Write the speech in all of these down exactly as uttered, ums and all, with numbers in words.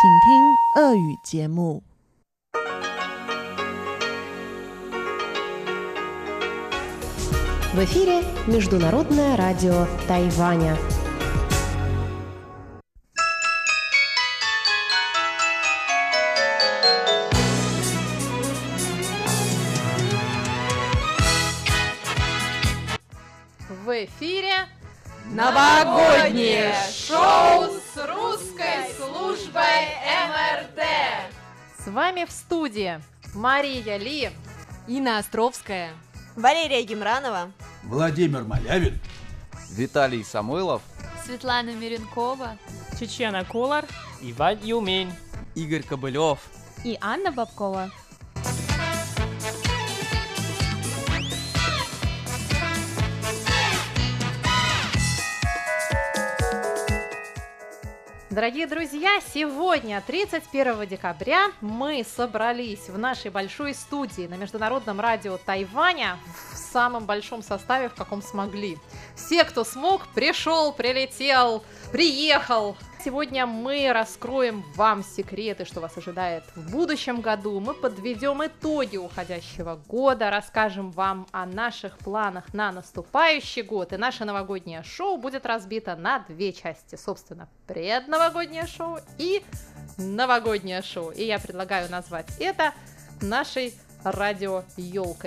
请听俄语节目。 В эфире Международное радио Тайваня. В эфире новогоднее шоу с русской службой эм эр тэ. С вами в студии Мария Ли, Инна Островская, Валерия Гемранова, Владимир Малявин, Виталий Самойлов, Светлана Миренкова, Чечена Кулар, Иван Юмин, Игорь Кобылев и Анна Бабкова. Дорогие друзья, сегодня, тридцать первого декабря, мы собрались в нашей большой студии на Международном радио Тайваня в самом большом составе, в каком смогли. Все, кто смог, пришел, прилетел, приехал. Сегодня мы раскроем вам секреты, что вас ожидает в будущем году. Мы подведем итоги уходящего года, расскажем вам о наших планах на наступающий год. И наше новогоднее шоу будет разбито на две части. Собственно, предновогоднее шоу и новогоднее шоу. И я предлагаю назвать это нашей радио-елкой.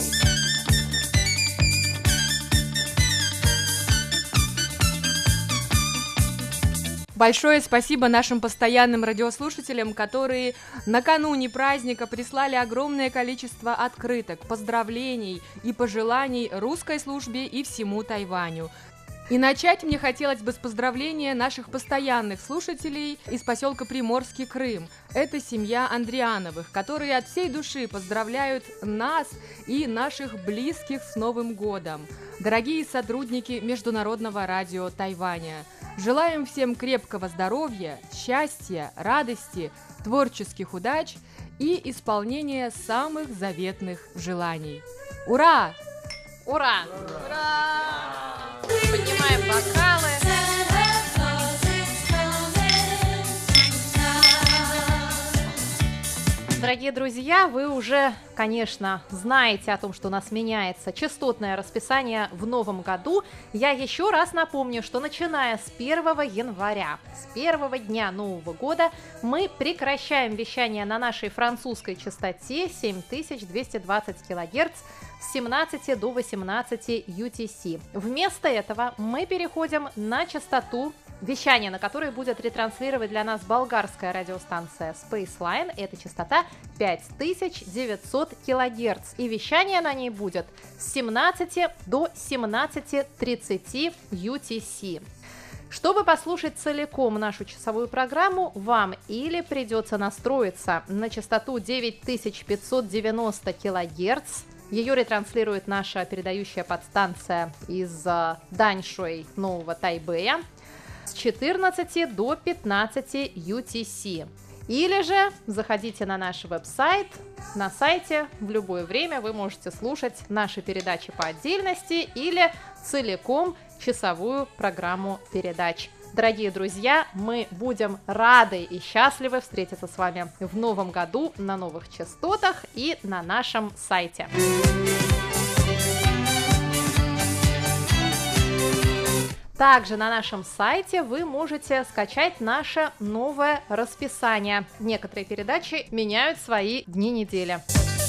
Большое спасибо нашим постоянным радиослушателям, которые накануне праздника прислали огромное количество открыток, поздравлений и пожеланий русской службе и всему Тайваню. И начать мне хотелось бы с поздравления наших постоянных слушателей из поселка Приморский, Крым. Это семья Андриановых, которые от всей души поздравляют нас и наших близких с Новым годом. Дорогие сотрудники Международного радио Тайваня, желаем всем крепкого здоровья, счастья, радости, творческих удач и исполнения самых заветных желаний. Ура! Ура! Ура! Поднимаем бокалы. Дорогие друзья, вы уже, конечно, знаете о том, что у нас меняется частотное расписание в новом году. Я еще раз напомню, что начиная с первого января, с первого дня Нового года, мы прекращаем вещание на нашей французской частоте семь тысяч двести двадцать килогерц с семнадцати до восемнадцати ю ти си. Вместо этого мы переходим на частоту вещание, на которой будет ретранслировать для нас болгарская радиостанция Spaceline. Это частота пять тысяч девятьсот килогерц. И вещание на ней будет с семнадцати до семнадцати тридцати ю ти си. Чтобы послушать целиком нашу часовую программу, вам или придется настроиться на частоту девять тысяч пятьсот девяносто килогерц. Ее ретранслирует наша передающая подстанция из Даньшуй, Нового Тайбэя, с четырнадцати до пятнадцати ю ти си. Или же заходите на наш веб-сайт. На сайте в любое время вы можете слушать наши передачи по отдельности или целиком часовую программу передач. Дорогие друзья, мы будем рады и счастливы встретиться с вами в новом году на новых частотах и на нашем сайте. Также на нашем сайте вы можете скачать наше новое расписание. Некоторые передачи меняют свои дни недели.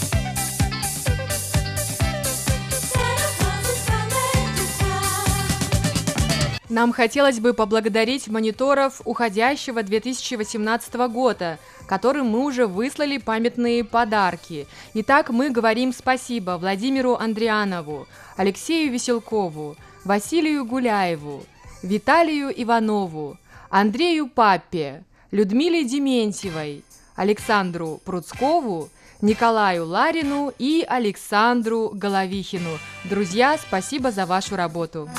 Нам хотелось бы поблагодарить мониторов уходящего две тысячи восемнадцатого года, которым мы уже выслали памятные подарки. Итак, мы говорим спасибо Владимиру Андрианову, Алексею Веселкову, Василию Гуляеву, Виталию Иванову, Андрею Паппе, Людмиле Дементьевой, Александру Пруцкову, Николаю Ларину и Александру Головихину. Друзья, спасибо за вашу работу.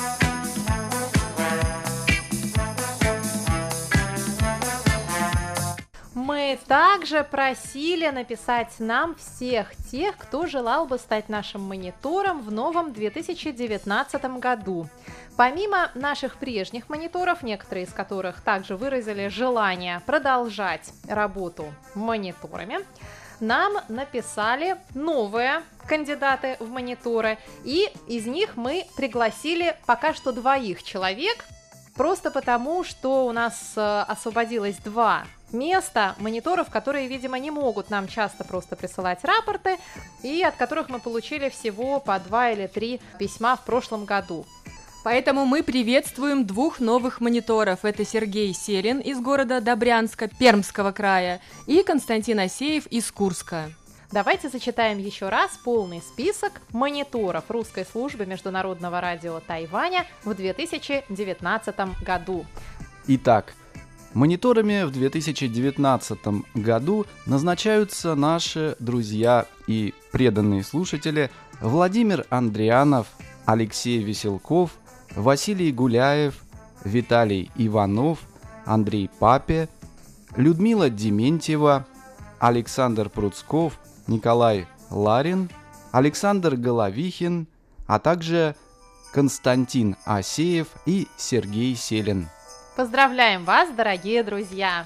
Мы также просили написать нам всех тех, кто желал бы стать нашим монитором в новом две тысячи девятнадцатом году. Помимо наших прежних мониторов, некоторые из которых также выразили желание продолжать работу мониторами, нам написали новые кандидаты в мониторы, и из них мы пригласили пока что двоих человек, просто потому, что у нас освободилось два места мониторов, которые, видимо, не могут нам часто просто присылать рапорты, и от которых мы получили всего по два или три письма в прошлом году. Поэтому мы приветствуем двух новых мониторов. Это Сергей Селин из города Добрянска, Пермского края, и Константин Асеев из Курска. Давайте зачитаем еще раз полный список мониторов русской службы Международного радио Тайваня в две тысячи девятнадцатом году. Итак, мониторами в две тысячи девятнадцатом году назначаются наши друзья и преданные слушатели Владимир Андрианов, Алексей Веселков, Василий Гуляев, Виталий Иванов, Андрей Папе, Людмила Дементьева, Александр Пруцков, Николай Ларин, Александр Головихин, а также Константин Асеев и Сергей Селин. Поздравляем вас, дорогие друзья!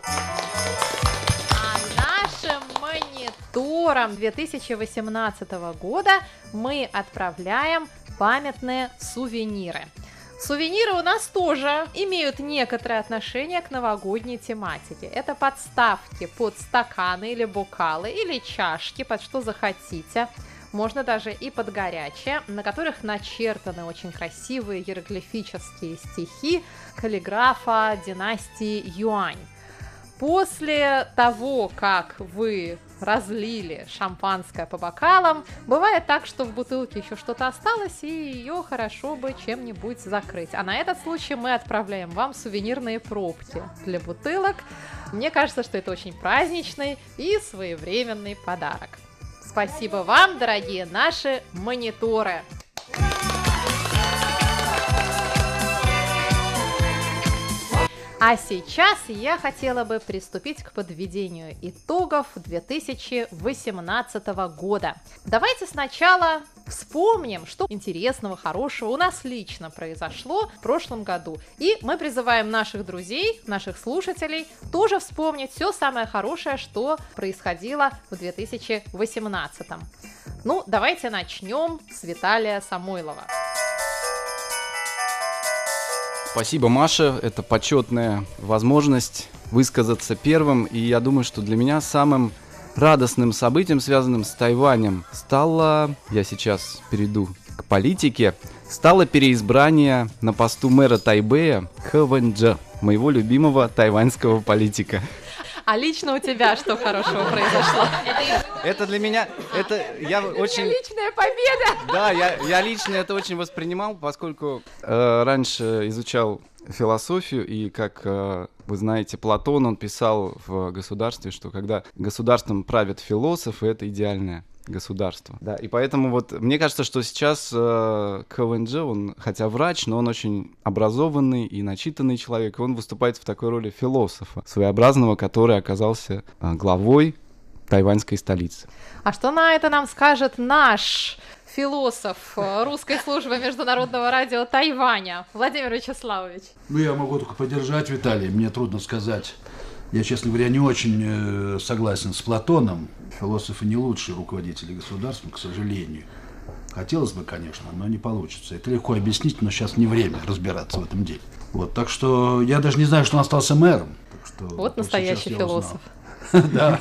А нашим мониторам две тысячи восемнадцатого года мы отправляем памятные сувениры. Сувениры у нас тоже имеют некоторое отношение к новогодней тематике. Это подставки под стаканы или бокалы, или чашки, под что захотите. Можно даже и под горячее, на которых начертаны очень красивые иероглифические стихи каллиграфа династии Юань. После того, как вы разлили шампанское по бокалам, бывает так, что в бутылке еще что-то осталось, и ее хорошо бы чем-нибудь закрыть. А на этот случай мы отправляем вам сувенирные пробки для бутылок. Мне кажется, что это очень праздничный и своевременный подарок. Спасибо вам, дорогие наши мониторы! А сейчас я хотела бы приступить к подведению итогов две тысячи восемнадцатого года. Давайте сначала вспомним, что интересного, хорошего у нас лично произошло в прошлом году. И мы призываем наших друзей, наших слушателей тоже вспомнить все самое хорошее, что происходило в две тысячи восемнадцатом. Ну, давайте начнем с Виталия Самойлова. Спасибо, Маша. Это почетная возможность высказаться первым. И я думаю, что для меня самым радостным событием, связанным с Тайванем, стало, я сейчас перейду к политике, стало переизбрание на посту мэра Тайбэя Хэ Вэньчжэ, моего любимого тайваньского политика. А лично у тебя что хорошего произошло? Это для меня, это я очень... Личная победа! Да, я, я лично это очень воспринимал, поскольку э, раньше изучал философию, и, как э, вы знаете, Платон, он писал в «Государстве», что когда государством правят философы, это идеальное государство. Да, и поэтому вот мне кажется, что сейчас э, Хэ Вэньчжэ, он хотя врач, но он очень образованный и начитанный человек, и он выступает в такой роли философа своеобразного, который оказался э, главой тайваньской столицы. А что на это нам скажет наш философ русской службы Международного радио Тайваня Владимир Вячеславович? Ну, я могу только поддержать Виталия, мне трудно сказать. Я, честно говоря, не очень э, согласен с Платоном. Философы не лучшие руководители государства, к сожалению. Хотелось бы, конечно, но не получится. Это легко объяснить, но сейчас не время разбираться в этом деле. Вот, так что я даже не знаю, что он остался мэром. Так что вот настоящий философ. Да.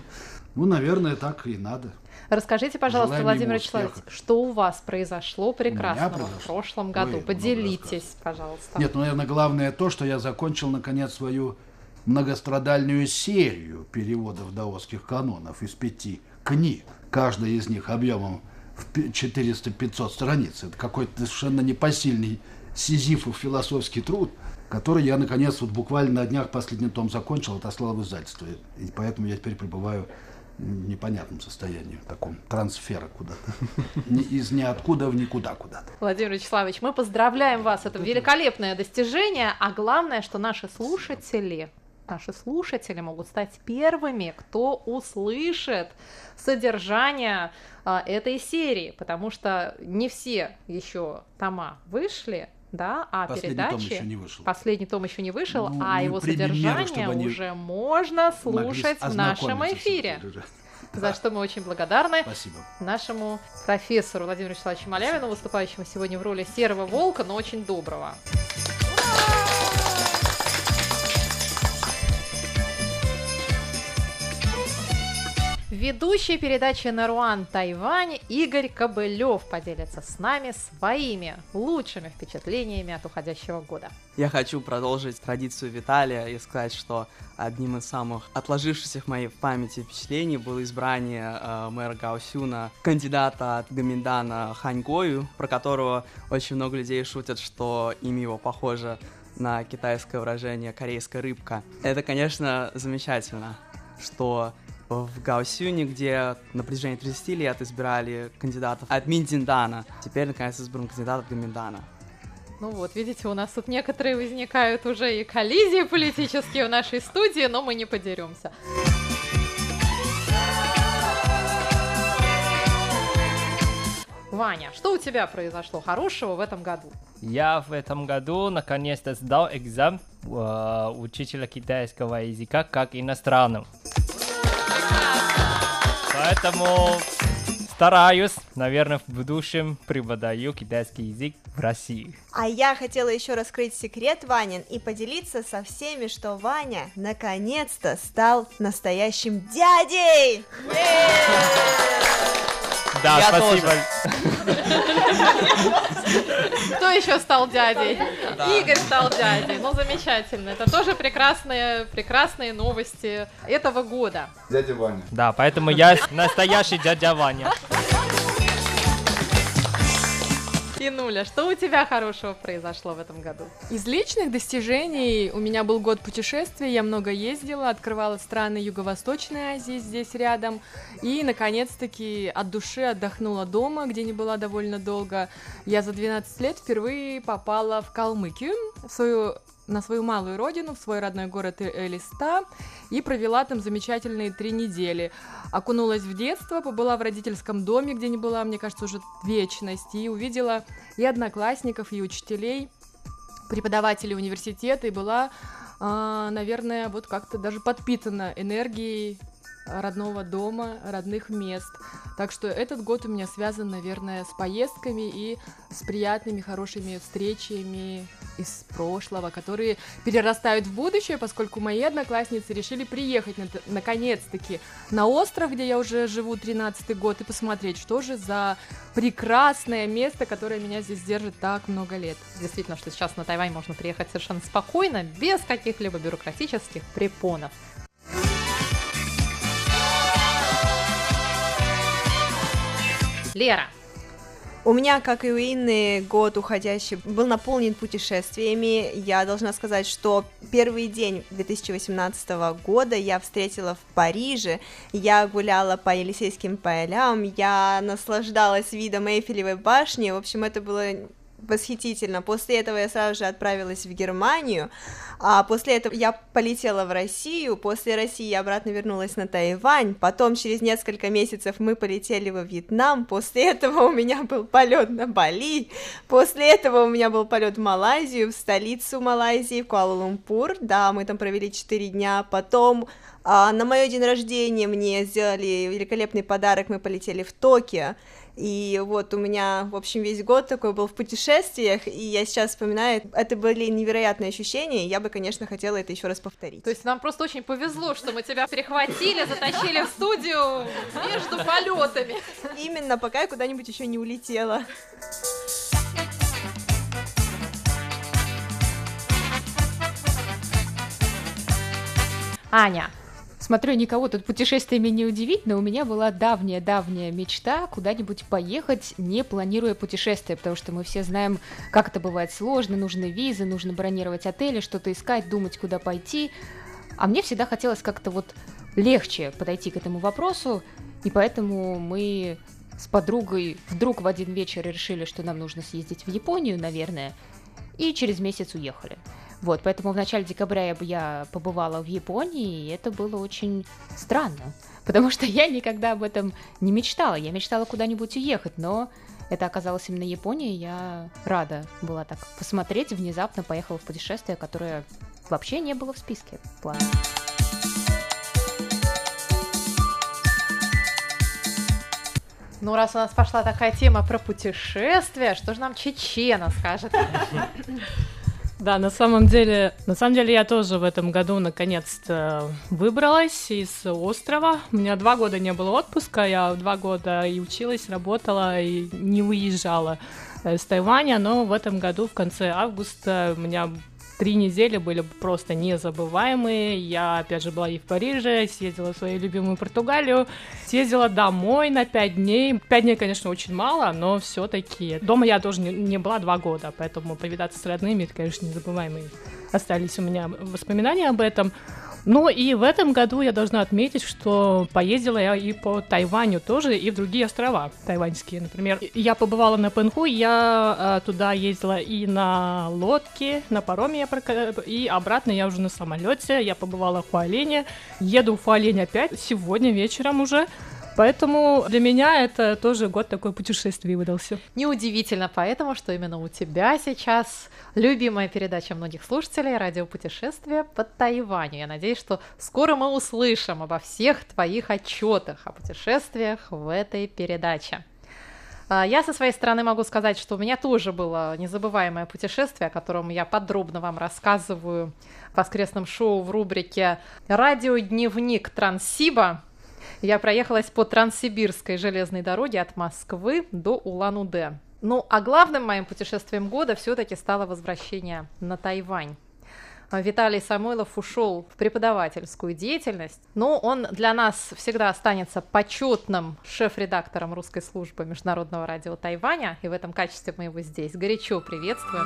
Ну, наверное, так и надо. Расскажите, пожалуйста, Владимир Вячеславович, что у вас произошло прекрасного в прошлом году? Поделитесь, пожалуйста. Нет, ну, наверное, главное то, что я закончил, наконец, свою многострадальную серию переводов даосских канонов из пяти книг. Каждая из них объемом в четыреста-пятьсот страниц. Это какой-то совершенно непосильный сизифов философский труд, который я, наконец, вот буквально на днях последний том закончил, отослал в издательство. И поэтому я теперь пребываю в непонятном состоянии, в таком трансфера куда-то. Из ниоткуда в никуда куда-то. Владимир Вячеславович, мы поздравляем вас. Это великолепное достижение. А главное, что наши слушатели наши слушатели могут стать первыми, кто услышит содержание а, этой серии, потому что не все еще тома вышли, да, а Последний передачи... том еще не вышел. Последний том еще не вышел, Ну, а мы его примем содержание меры, чтобы они уже можно слушать в нашем ознакомиться с эфире. содержанием. За что мы очень благодарны Спасибо. нашему профессору Владимиру Вячеславовичу Малявину, выступающему сегодня в роли серого волка, но очень доброго. Ведущий передачи «Наруан Тайвань» Игорь Кобылев поделится с нами своими лучшими впечатлениями от уходящего года. Я хочу продолжить традицию Виталия и сказать, что одним из самых отложившихся в моей памяти впечатлений было избрание э, мэра Гаосюна, кандидата от Гоминдана Ханьгою, про которого очень много людей шутят, что имя его похоже на китайское выражение «корейская рыбка». Это, конечно, замечательно, что в Гаосюне, где на протяжении тридцати лет избирали кандидатов от Миндиндана, теперь, наконец, избран кандидат от Гоминдана. Ну вот, видите, у нас тут некоторые возникают уже и коллизии политические в нашей студии, но мы не подеремся. Ваня, что у тебя произошло хорошего в этом году? Я в этом году наконец-то сдал экзамен э, учителя китайского языка как иностранным. Поэтому стараюсь, наверное, в будущем преподаю китайский язык в России. А я хотела еще раскрыть секрет Ванин и поделиться со всеми, что Ваня наконец-то стал настоящим дядей! Да, Я спасибо. Кто еще стал дядей? Да. Игорь стал дядей. Ну, замечательно. Это тоже прекрасные, прекрасные новости этого года. Дядя Ваня. Да, поэтому я настоящий дядя Ваня. Инуля, что у тебя хорошего произошло в этом году? Из личных достижений у меня был год путешествий, я много ездила, открывала страны Юго-Восточной Азии здесь рядом, и, наконец-таки, от души отдохнула дома, где не была довольно долго. Я за двенадцать лет впервые попала в Калмыкию, в свою... на свою малую родину, в свой родной город Элиста, и провела там замечательные три недели. Окунулась в детство, побыла в родительском доме, где не была, мне кажется, уже вечность, и увидела и одноклассников, и учителей, преподавателей университета, и была, э, наверное, вот как-то даже подпитана энергией родного дома, родных мест. Так что этот год у меня связан, наверное, с поездками и с приятными, хорошими встречами из прошлого, которые перерастают в будущее, поскольку мои одноклассницы решили приехать на- наконец-таки на остров, где я уже живу тринадцатый год, и посмотреть, что же за прекрасное место, которое меня здесь держит так много лет. Действительно, что сейчас на Тайвань можно приехать совершенно спокойно, без каких-либо бюрократических препонов. Лера. У меня, как и у Инны, год уходящий был наполнен путешествиями. Я должна сказать, что первый день две тысячи восемнадцатого года я встретила в Париже. Я гуляла по Елисейским полям, я наслаждалась видом Эйфелевой башни. В общем, это было восхитительно. После этого я сразу же отправилась в Германию, а после этого я полетела в Россию, после России я обратно вернулась на Тайвань, потом через несколько месяцев мы полетели во Вьетнам, после этого у меня был полет на Бали, после этого у меня был полет в Малайзию, в столицу Малайзии, в Куала-Лумпур, да, мы там провели четыре дня, потом а, на мое день рождения мне сделали великолепный подарок, мы полетели в Токио. И вот у меня, в общем, весь год такой был в путешествиях, и я сейчас вспоминаю, это были невероятные ощущения, и я бы, конечно, хотела это еще раз повторить. То есть нам просто очень повезло, что мы тебя перехватили, затащили в студию между полетами. Именно, пока я куда-нибудь еще не улетела. Аня. Смотрю, никого тут путешествиями не удивить, но у меня была давняя-давняя мечта куда-нибудь поехать, не планируя путешествие, потому что мы все знаем, как это бывает сложно, нужны визы, нужно бронировать отели, что-то искать, думать, куда пойти. А мне всегда хотелось как-то вот легче подойти к этому вопросу, и поэтому мы с подругой вдруг в один вечер решили, что нам нужно съездить в Японию, наверное, и через месяц уехали. Вот, поэтому в начале декабря я, я побывала в Японии, и это было очень странно, потому что я никогда об этом не мечтала. Я мечтала куда-нибудь уехать, но это оказалось именно Япония, и я рада была так посмотреть, внезапно поехала в путешествие, которое вообще не было в списке планов. Ну, раз у нас пошла такая тема про путешествия, что же нам Чечена скажет? Да, на самом деле, на самом деле я тоже в этом году наконец-то выбралась из острова. У меня два года не было отпуска, я два года и училась, работала, и не выезжала с Тайваня, но в этом году в конце августа у меня три недели были просто незабываемые. Я, опять же, была и в Париже, съездила в свою любимую Португалию, съездила домой на пять дней. Пять дней, конечно, очень мало, но все-таки дома я тоже не, не была два года, поэтому повидаться с родными, это, конечно, незабываемые. Остались у меня воспоминания об этом. Ну и в этом году я должна отметить, что поездила я и по Тайваню тоже, и в другие острова тайваньские. Например, я побывала на Пэнху, я а, туда ездила и на лодке, на пароме, я прока... и обратно я уже на самолете. Я побывала в Хуалине, еду в Хуалинь опять сегодня вечером уже. Поэтому для меня это тоже год такой путешествий выдался. Неудивительно поэтому, что именно у тебя сейчас любимая передача многих слушателей «Радиопутешествие по Тайваню». Я надеюсь, что скоро мы услышим обо всех твоих отчетах о путешествиях в этой передаче. Я со своей стороны могу сказать, что у меня тоже было незабываемое путешествие, о котором я подробно вам рассказываю в воскресном шоу в рубрике «Радиодневник Транссиба». Я проехалась по Транссибирской железной дороге от Москвы до Улан-Удэ. Ну, а главным моим путешествием года все-таки стало возвращение на Тайвань. Виталий Самойлов ушел в преподавательскую деятельность, но он для нас всегда останется почетным шеф-редактором русской службы Международного радио Тайваня, и в этом качестве мы его здесь горячо приветствуем.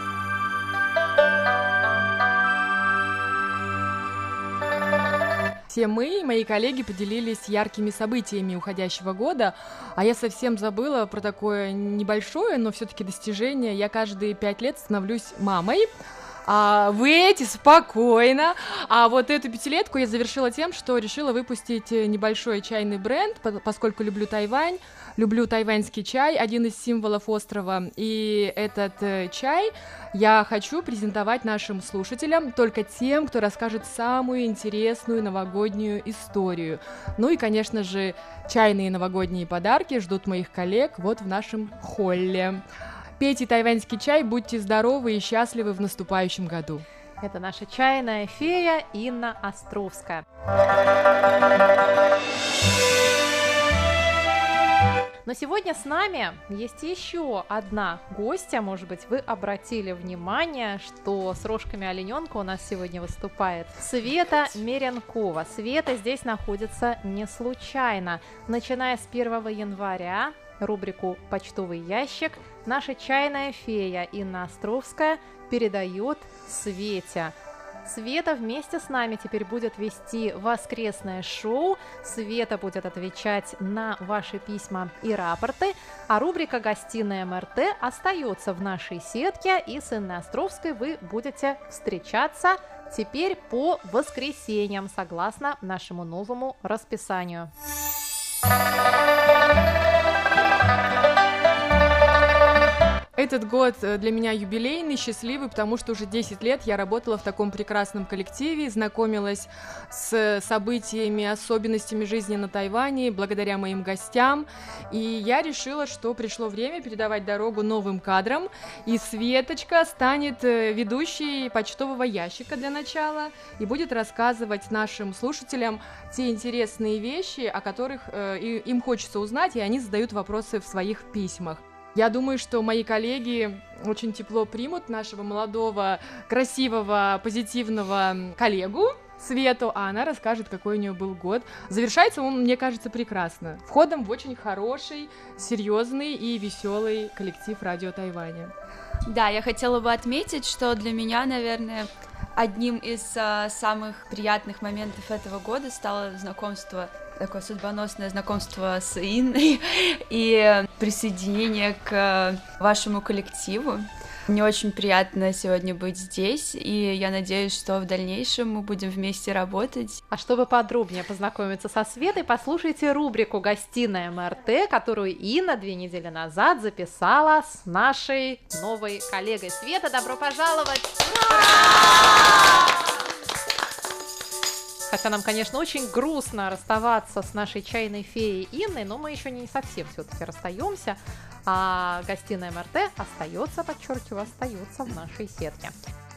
Все мы, мои коллеги, поделились яркими событиями уходящего года, а я совсем забыла про такое небольшое, но все-таки достижение. Я каждые пять лет становлюсь мамой. А вы эти спокойно. А вот эту пятилетку я завершила тем, что решила выпустить небольшой чайный бренд, поскольку люблю Тайвань, люблю тайваньский чай, один из символов острова. И этот чай я хочу презентовать нашим слушателям, только тем, кто расскажет самую интересную новогоднюю историю. Ну и, конечно же, чайные новогодние подарки ждут моих коллег вот в нашем холле. Пейте тайваньский чай, будьте здоровы и счастливы в наступающем году. Это наша чайная фея Инна Островская. Но сегодня с нами есть еще одна гостья. Может быть, вы обратили внимание, что с рожками олененка у нас сегодня выступает Света Меренкова. Света здесь находится не случайно. Начиная с первого января рубрику «Почтовый ящик» наша чайная фея Инна Островская передает Свете. Света вместе с нами теперь будет вести воскресное шоу. Света будет отвечать на ваши письма и рапорты, а рубрика «Гостиная МРТ» остается в нашей сетке, и с Инной Островской вы будете встречаться теперь по воскресеньям, согласно нашему новому расписанию. Этот год для меня юбилейный, счастливый, потому что уже десять лет я работала в таком прекрасном коллективе, знакомилась с событиями, особенностями жизни на Тайване благодаря моим гостям, и я решила, что пришло время передавать дорогу новым кадрам, и Светочка станет ведущей почтового ящика для начала и будет рассказывать нашим слушателям те интересные вещи, о которых э, им хочется узнать, и они задают вопросы в своих письмах. Я думаю, что мои коллеги очень тепло примут нашего молодого, красивого, позитивного коллегу Свету, а она расскажет, какой у нее был год. Завершается он, мне кажется, прекрасно. Входом в очень хороший, серьезный и веселый коллектив Радио Тайваня. Да, я хотела бы отметить, что для меня, наверное, одним из а, самых приятных моментов этого года стало знакомство, такое судьбоносное знакомство с Инной и присоединение к вашему коллективу. Мне очень приятно сегодня быть здесь, и я надеюсь, что в дальнейшем мы будем вместе работать. А чтобы подробнее познакомиться со Светой, послушайте рубрику «Гостиная МРТ», которую Инна две недели назад записала с нашей новой коллегой. Света, добро пожаловать! Хотя нам, конечно, очень грустно расставаться с нашей чайной феей Инной, но мы еще не совсем все-таки расстаемся, а гостиная МРТ остается, подчеркиваю, остается в нашей сетке.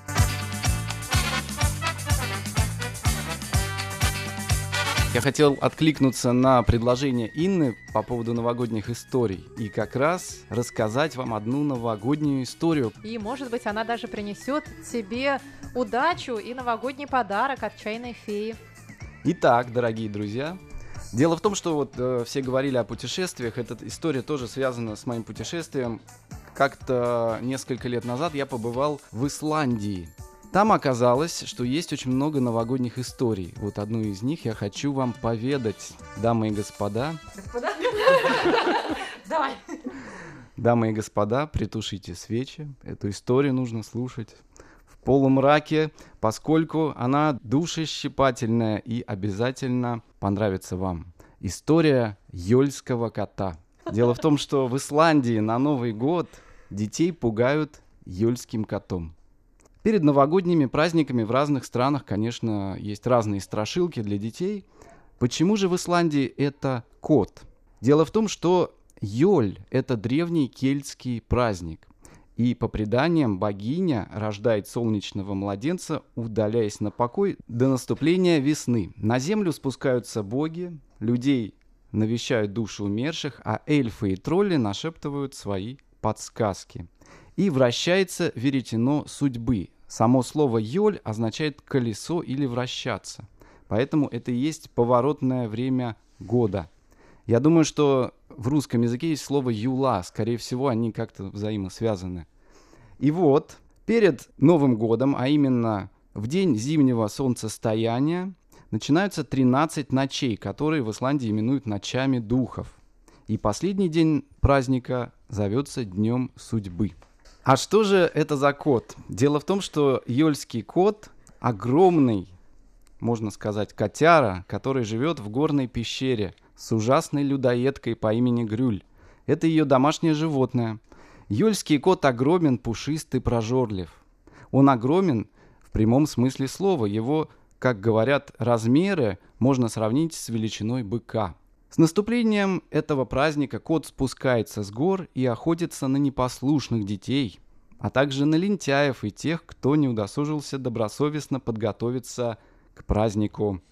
Я хотел откликнуться на предложение Инны по поводу новогодних историй и как раз рассказать вам одну новогоднюю историю. И, может быть, она даже принесет тебе удачу и новогодний подарок от чайной феи. Итак, дорогие друзья, дело в том, что вот э, все говорили о путешествиях. Эта история тоже связана с моим путешествием. Как-то несколько лет назад я побывал в Исландии. Там оказалось, что есть очень много новогодних историй. Вот одну из них я хочу вам поведать, дамы и господа. Господа? Давай. Дамы и господа, притушите свечи. Эту историю нужно слушать в полумраке, поскольку она душещипательная и обязательно понравится вам. История Йольского кота. Дело в том, что в Исландии на Новый год детей пугают Йольским котом. Перед новогодними праздниками в разных странах, конечно, есть разные страшилки для детей. Почему же в Исландии это кот? Дело в том, что Йоль – это древний кельтский праздник. И по преданиям богиня рождает солнечного младенца, удаляясь на покой до наступления весны. На землю спускаются боги, людей навещают души умерших, а эльфы и тролли нашептывают свои подсказки. И вращается веретено судьбы. Само слово «йоль» означает «колесо» или «вращаться». Поэтому это и есть поворотное время года. Я думаю, что в русском языке есть слово «юла». Скорее всего, они как-то взаимосвязаны. И вот, перед Новым годом, а именно в день зимнего солнцестояния, начинаются тринадцать ночей, которые в Исландии именуют ночами духов. И последний день праздника зовется Днем судьбы. А что же это за кот? Дело в том, что йольский кот – огромный, можно сказать, котяра, который живет в горной пещере с ужасной людоедкой по имени Грюль. Это ее домашнее животное. Йольский кот огромен, пушистый, прожорлив. Он огромен в прямом смысле слова. Его, как говорят, размеры можно сравнить с величиной быка. С наступлением этого праздника кот спускается с гор и охотится на непослушных детей, а также на лентяев и тех, кто не удосужился добросовестно подготовиться к празднику.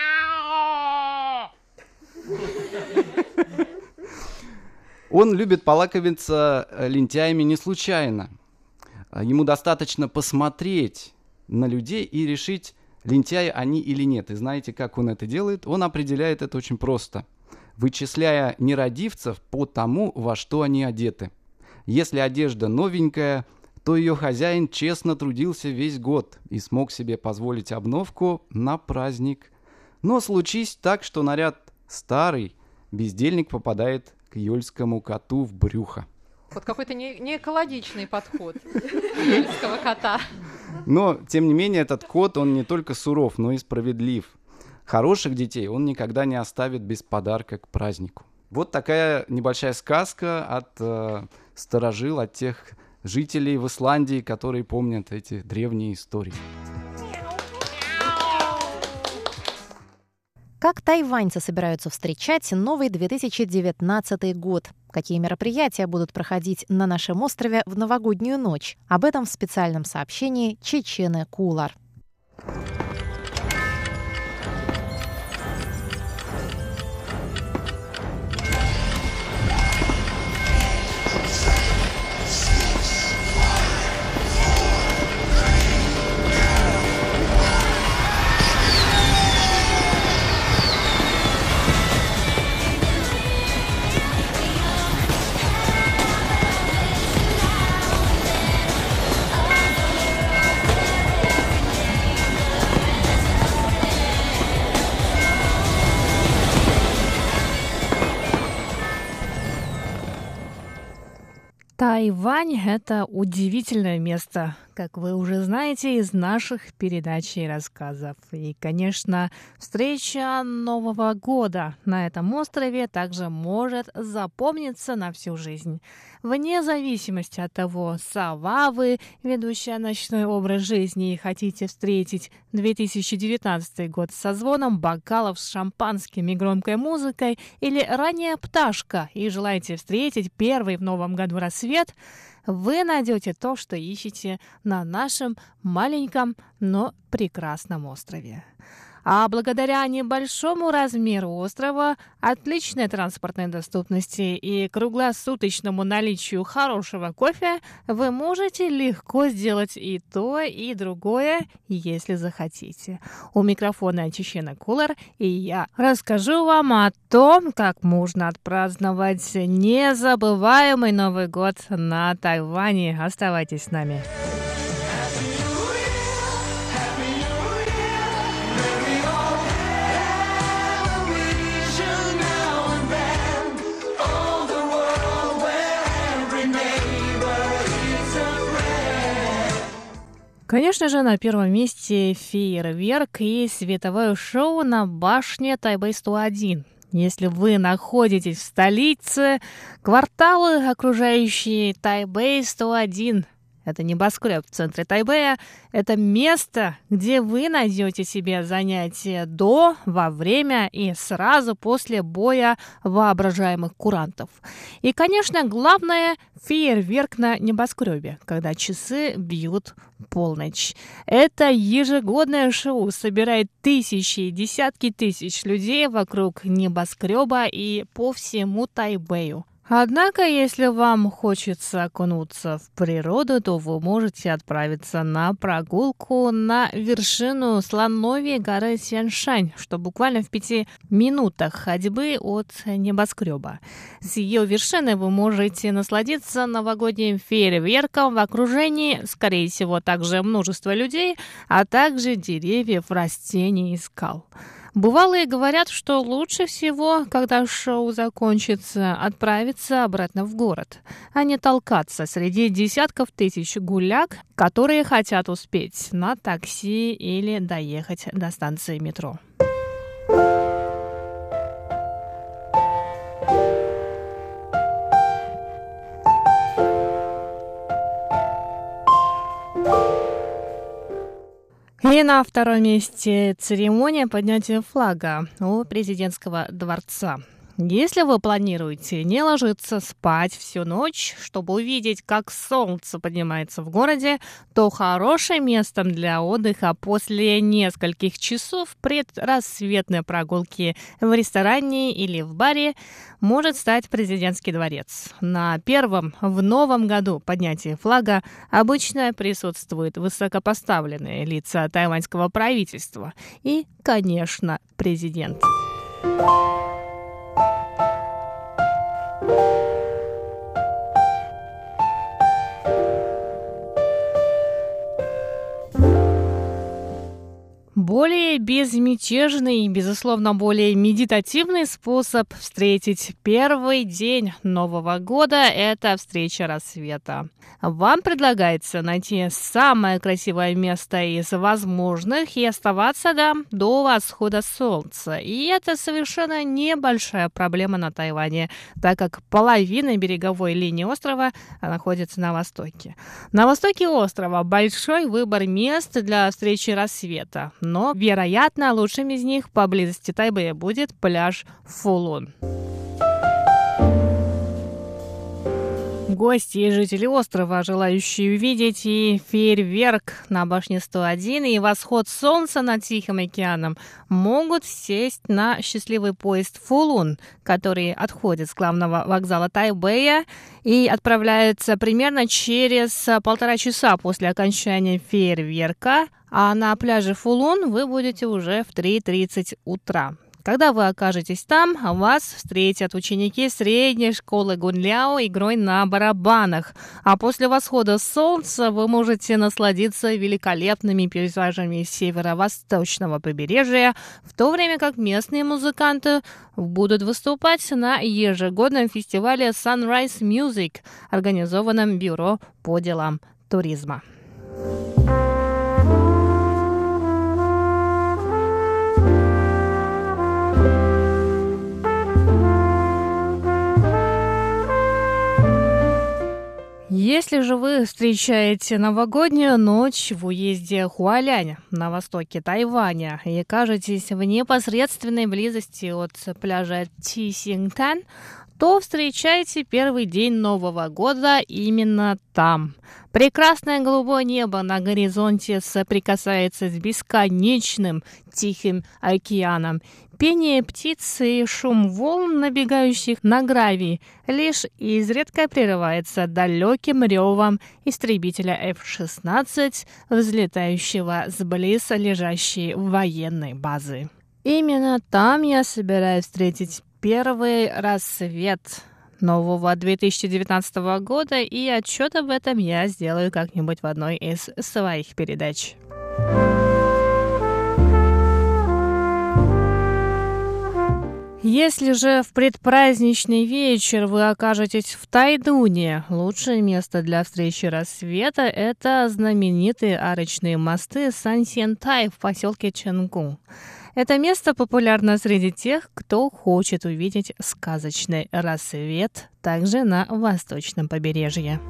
Он любит полакомиться лентяями не случайно. Ему достаточно посмотреть на людей и решить, лентяи они или нет. И знаете, как он это делает? Он определяет это очень просто, вычисляя нерадивцев по тому, во что они одеты. Если одежда новенькая, то ее хозяин честно трудился весь год и смог себе позволить обновку на праздник. Но случись так, что наряд старый, бездельник попадает к йольскому коту в брюхо. Вот какой-то не, не экологичный подход йольского кота. Но, тем не менее, этот кот, он не только суров, но и справедлив. Хороших детей он никогда не оставит без подарка к празднику. Вот такая небольшая сказка от э, старожил, от тех жителей в Исландии, которые помнят эти древние истории. Как тайваньцы собираются встречать новый две тысячи девятнадцатый год? Какие мероприятия будут проходить на нашем острове в новогоднюю ночь? Об этом в специальном сообщении Чечены Кулар. Тайвань – это удивительное место, как вы уже знаете из наших передач и рассказов. И, конечно, встреча Нового года на этом острове также может запомниться на всю жизнь. Вне зависимости от того, сова вы, ведущая ночной образ жизни, и хотите встретить две тысячи девятнадцатый год со звоном бокалов с шампанским и громкой музыкой, или ранняя пташка и желаете встретить первый в новом году рассвет, вы найдете то, что ищете на нашем маленьком, но прекрасном острове. А благодаря небольшому размеру острова, отличной транспортной доступности и круглосуточному наличию хорошего кофе, вы можете легко сделать и то, и другое, если захотите. У микрофона Чечена Кулар, и я расскажу вам о том, как можно отпраздновать незабываемый Новый год на Тайване. Оставайтесь с нами. Конечно же, на первом месте фейерверк и световое шоу на башне Тайбэй сто один. Если вы находитесь в столице, кварталы, окружающие Тайбэй сто один, это небоскреб в центре Тайбэя, это место, где вы найдете себе занятия до, во время и сразу после боя воображаемых курантов. И, конечно, главное – фейерверк на небоскребе, когда часы бьют полночь. Это ежегодное шоу собирает тысячи и десятки тысяч людей вокруг небоскреба и по всему Тайбэю. Однако, если вам хочется окунуться в природу, то вы можете отправиться на прогулку на вершину слоновьей горы Сяншань, что буквально в пяти минутах ходьбы от небоскреба. С ее вершины вы можете насладиться новогодним фейерверком в окружении, скорее всего, также множества людей, а также деревьев, растений и скал. Бывалые говорят, что лучше всего, когда шоу закончится, отправиться обратно в город, а не толкаться среди десятков тысяч гуляк, которые хотят успеть на такси или доехать до станции метро. И на втором месте церемония поднятия флага у президентского дворца. Если вы планируете не ложиться спать всю ночь, чтобы увидеть, как солнце поднимается в городе, то хорошим местом для отдыха после нескольких часов предрассветной прогулки в ресторане или в баре может стать президентский дворец. На первом в новом году поднятии флага обычно присутствуют высокопоставленные лица тайваньского правительства и, конечно, президент. Более безмятежный и, безусловно, более медитативный способ встретить первый день Нового года – это встреча рассвета. Вам предлагается найти самое красивое место из возможных и оставаться там до восхода солнца. И это совершенно небольшая проблема на Тайване, так как половина береговой линии острова находится на востоке. На востоке острова большой выбор мест для встречи рассвета, но, вероятно, лучшим из них поблизости Тайбэя будет пляж Фулун. Гости и жители острова, желающие увидеть и фейерверк на башне сто один, и восход солнца над Тихим океаном, могут сесть на счастливый поезд Фулун, который отходит с главного вокзала Тайбэя и отправляется примерно через полтора часа после окончания фейерверка, а на пляже Фулун вы будете уже в три тридцать утра. Когда вы окажетесь там, вас встретят ученики средней школы Гунляо игрой на барабанах. А после восхода солнца вы можете насладиться великолепными пейзажами северо-восточного побережья, в то время как местные музыканты будут выступать на ежегодном фестивале Sunrise Music, организованном Бюро по делам туризма. Если же вы встречаете новогоднюю ночь в уезде Хуалянь на востоке Тайваня и окажетесь в непосредственной близости от пляжа Тисингтан, то встречайте первый день Нового года именно там. Прекрасное голубое небо на горизонте соприкасается с бесконечным Тихим океаном. Пение птиц и шум волн, набегающих на гравий, лишь изредка прерывается далеким ревом истребителя эф шестнадцать, взлетающего с близ лежащей военной базы. Именно там я собираюсь встретить первый рассвет нового две тысячи девятнадцатого года, и отчет об этом я сделаю как-нибудь в одной из своих передач. Если же в предпраздничный вечер вы окажетесь в Тайдуне, лучшее место для встречи рассвета – это знаменитые арочные мосты Сан-Сен-Тай в поселке Ченгу. Это место популярно среди тех, кто хочет увидеть сказочный рассвет также на восточном побережье.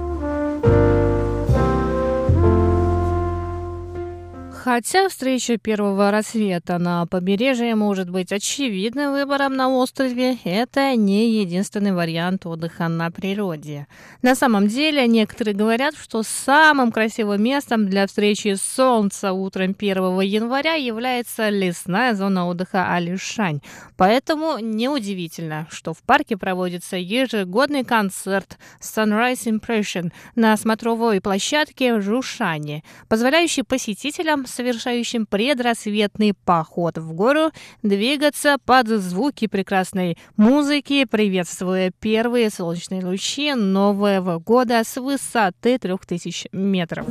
Хотя встреча первого рассвета на побережье может быть очевидным выбором на острове, это не единственный вариант отдыха на природе. На самом деле, некоторые говорят, что самым красивым местом для встречи солнца утром первого января является лесная зона отдыха Алишань. Поэтому неудивительно, что в парке проводится ежегодный концерт Sunrise Impression на смотровой площадке в Жушане, позволяющий посетителям, совершающим предрассветный поход в гору, двигаться под звуки прекрасной музыки, приветствуя первые солнечные лучи Нового года с высоты трех тысяч метров.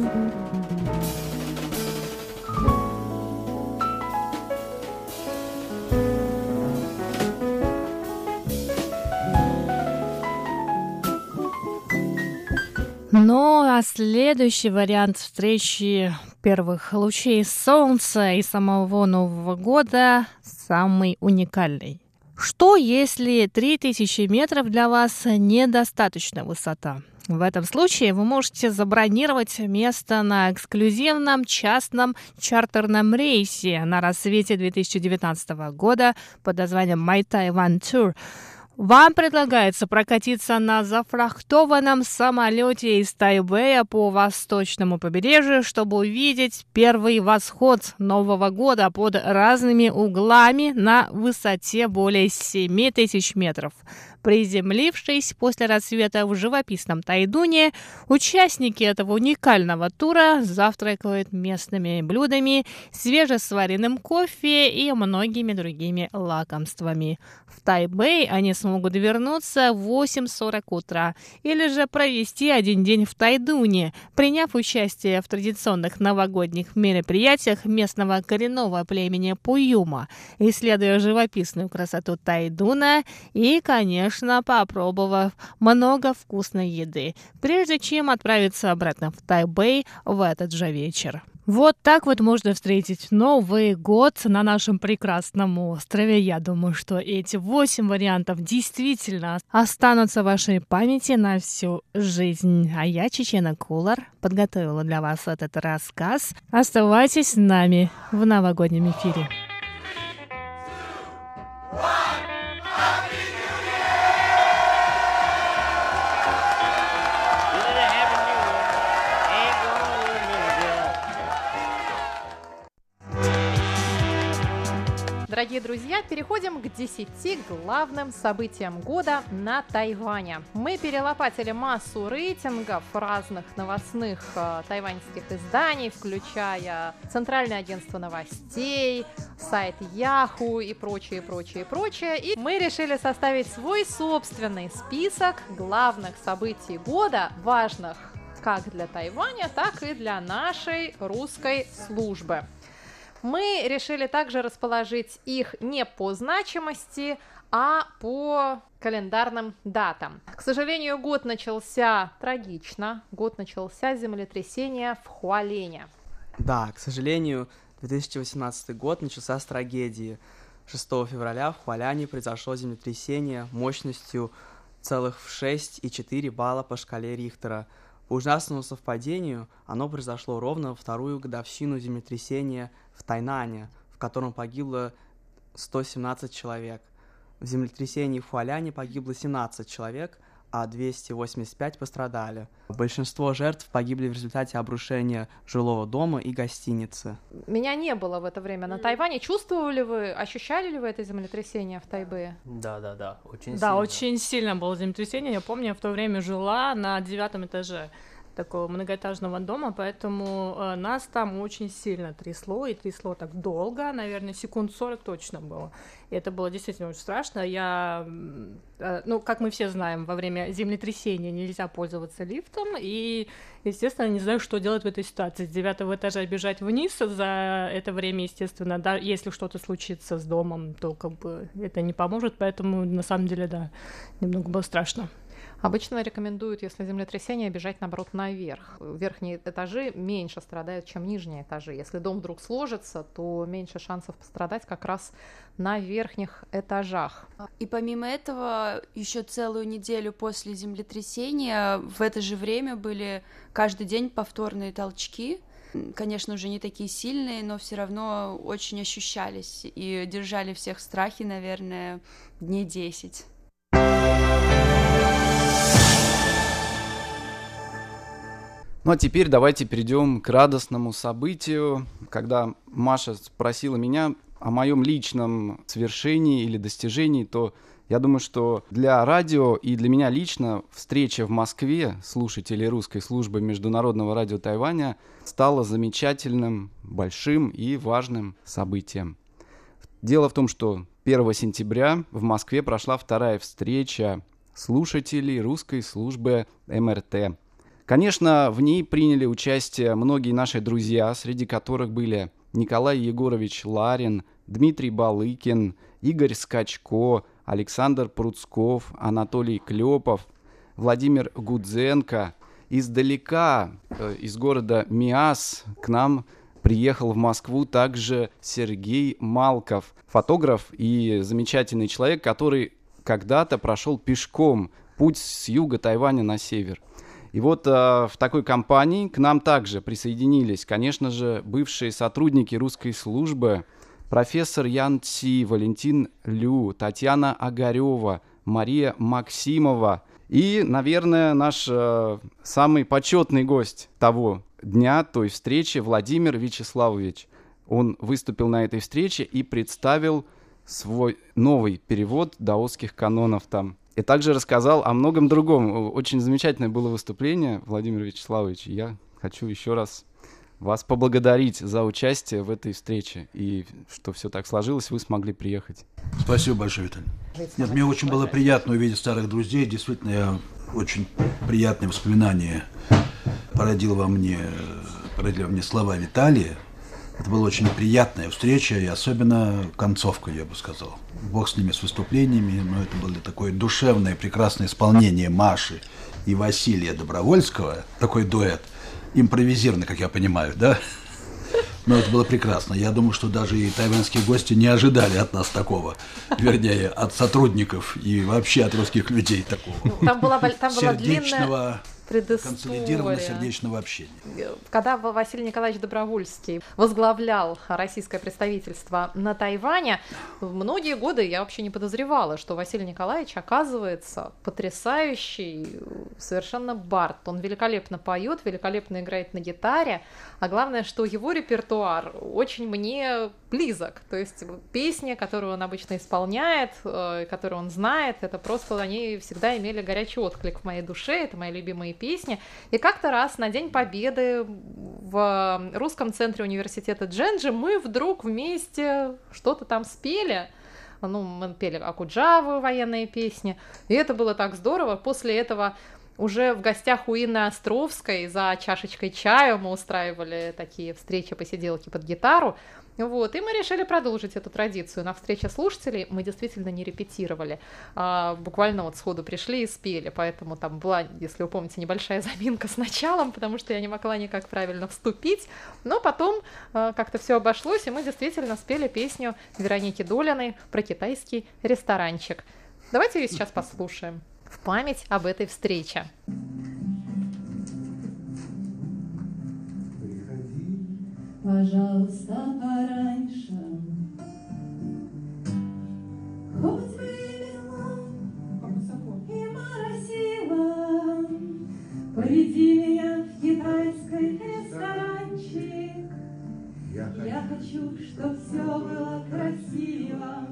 Ну, а следующий вариант встречи первых лучей солнца и самого Нового года самый уникальный. Что, если три тысячи метров для вас недостаточно высота? В этом случае вы можете забронировать место на эксклюзивном частном чартерном рейсе на рассвете две тысячи девятнадцатого года под названием My Taiwan Tour. Вам предлагается прокатиться на зафрахтованном самолете из Тайбэя по восточному побережью, чтобы увидеть первый восход Нового года под разными углами на высоте более семь тысяч метров. Приземлившись после рассвета в живописном Тайдуне, участники этого уникального тура завтракают местными блюдами, свежесваренным кофе и многими другими лакомствами. В Тайбэй они смогут вернуться в восемь сорок утра или же провести один день в Тайдуне, приняв участие в традиционных новогодних мероприятиях местного коренного племени Пуюма, исследуя живописную красоту Тайдуна и, конечно, попробовав много вкусной еды, прежде чем отправиться обратно в Тайбэй в этот же вечер. Вот так вот можно встретить Новый год на нашем прекрасном острове. Я думаю, что эти восемь вариантов действительно останутся в вашей памяти на всю жизнь. А я, Чечена Кулар, подготовила для вас этот рассказ. Оставайтесь с нами в новогоднем эфире. дорогие друзья, переходим к десяти главным событиям года на Тайване. Мы перелопатили массу рейтингов разных новостных э, тайваньских изданий, включая Центральное агентство новостей, сайт Яху и прочее, прочее, прочее. И мы решили составить свой собственный список главных событий года, важных как для Тайваня, так и для нашей русской службы. Мы решили также расположить их не по значимости, а по календарным датам. К сожалению, год начался трагично. Год начался с землетрясения в Хуалене. Да, к сожалению, две тысячи восемнадцатый год начался с трагедии. шестого февраля в Хуаляне произошло землетрясение мощностью целых в шесть и четыре балла по шкале Рихтера. По ужасному совпадению, оно произошло ровно во вторую годовщину землетрясения в Тайнане, в котором погибло сто семнадцать человек. В землетрясении в Хуаляне погибло семнадцать человек, а двести восемьдесят пять пострадали. Большинство жертв погибли в результате обрушения жилого дома и гостиницы. Меня не было в это время на Тайване. Чувствовали вы, ощущали ли вы это землетрясение в Тайбэе? Да, да, да, очень да, сильно. Да, очень сильно было землетрясение. Я помню, я в то время жила на девятом этаже такого многоэтажного дома, поэтому э, нас там очень сильно трясло, и трясло так долго, наверное, секунд сорок точно было. И это было действительно очень страшно. Я, э, ну, как мы все знаем, во время землетрясения нельзя пользоваться лифтом, и, естественно, не знаю, что делать в этой ситуации. С девятого этажа бежать вниз за это время, естественно, да, если что-то случится с домом, то как бы это не поможет, поэтому, на самом деле, да, немного было страшно. Обычно рекомендуют, если землетрясение, бежать, наоборот, наверх. Верхние этажи меньше страдают, чем нижние этажи. Если дом вдруг сложится, то меньше шансов пострадать как раз на верхних этажах. И помимо этого, еще целую неделю после землетрясения в это же время были каждый день повторные толчки. Конечно, уже не такие сильные, но все равно очень ощущались и держали всех в страхе, наверное, дней десять. Ну а теперь давайте перейдем к радостному событию, когда Маша спросила меня о моем личном свершении или достижении, то я думаю, что для радио и для меня лично встреча в Москве слушателей русской службы Международного радио Тайваня стала замечательным, большим и важным событием. Дело в том, что первого сентября в Москве прошла вторая встреча слушателей русской службы эм эр тэ. Конечно, в ней приняли участие многие наши друзья, среди которых были Николай Егорович Ларин, Дмитрий Балыкин, Игорь Скачко, Александр Пруцков, Анатолий Клепов, Владимир Гудзенко. Издалека, э, из города Миас, к нам приехал в Москву также Сергей Малков, фотограф и замечательный человек, который когда-то прошел пешком путь с юга Тайваня на север. И вот э, в такой компании к нам также присоединились, конечно же, бывшие сотрудники русской службы, профессор Ян Ци, Валентин Лю, Татьяна Огарева, Мария Максимова и, наверное, наш э, самый почетный гость того дня, той встречи, Владимир Вячеславович. Он выступил на этой встрече и представил свой новый перевод даосских канонов там. И также рассказал о многом другом. Очень замечательное было выступление, Владимир Вячеславович. Я хочу еще раз вас поблагодарить за участие в этой встрече. И что все так сложилось, вы смогли приехать. Спасибо большое, Виталий. Нет, мне очень было приятно увидеть старых друзей. Действительно, я очень приятные воспоминания породил во мне, породили во мне слова Виталия. Это была очень приятная встреча, и особенно концовка, я бы сказал. Бог с ними, с выступлениями, но это было такое душевное, прекрасное исполнение Маши и Василия Добровольского, такой дуэт, импровизированный, как я понимаю, да? Но это было прекрасно. Я думаю, что даже и тайваньские гости не ожидали от нас такого, вернее, от сотрудников и вообще от русских людей такого. Там была, там была сердечного, длинная консолидированного сердечного общения. Когда Василий Николаевич Добровольский возглавлял российское представительство на Тайване, многие годы я вообще не подозревала, что Василий Николаевич оказывается потрясающий совершенно бард. Он великолепно поет, великолепно играет на гитаре, а главное, что его репертуар очень мне близок. То есть песни, которые он обычно исполняет, которые он знает, это просто они всегда имели горячий отклик в моей душе, это мои любимые песни. И как-то раз на День Победы в русском центре университета Дженджи мы вдруг вместе что-то там спели. Ну, мы пели Акуджаву, военные песни, и это было так здорово. После этого уже в гостях у Инны Островской за чашечкой чая мы устраивали такие встречи, посиделки под гитару. Вот, и мы решили продолжить эту традицию. На встрече слушателей мы действительно не репетировали, а буквально вот сходу пришли и спели, поэтому там была, если вы помните, небольшая заминка с началом, потому что я не могла никак правильно вступить, но потом а, как-то все обошлось, и мы действительно спели песню Вероники Долиной про китайский ресторанчик. Давайте ее сейчас послушаем в память об этой встрече. Пожалуйста, пораньше, хоть бы и мело, и моросило, поведи меня в китайский ресторанчик. Я хочу, чтоб все было красиво,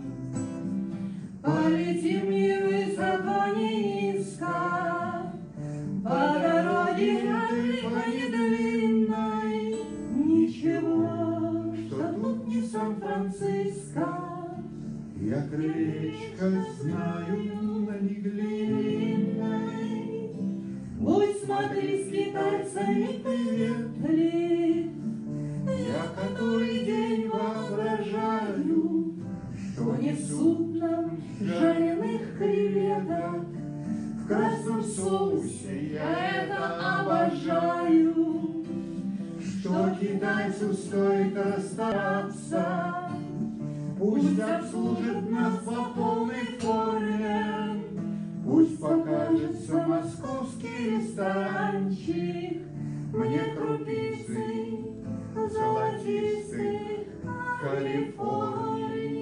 полетим не высоко, не низко, по дороге далеко не длинной. Ничего, что тут не Сан-Франциско. Я крылечко знаю, но не глиняной. Будь, смотри, с китайцами приветлив. Я который день воображаю, что несут нам жареных креветок в красном соусе. Я это обожаю. Что китайцу стоит расстараться, пусть обслужит нас по полной форме, пусть покажется московский ресторанчик мне крупицей золотистых Калифорний.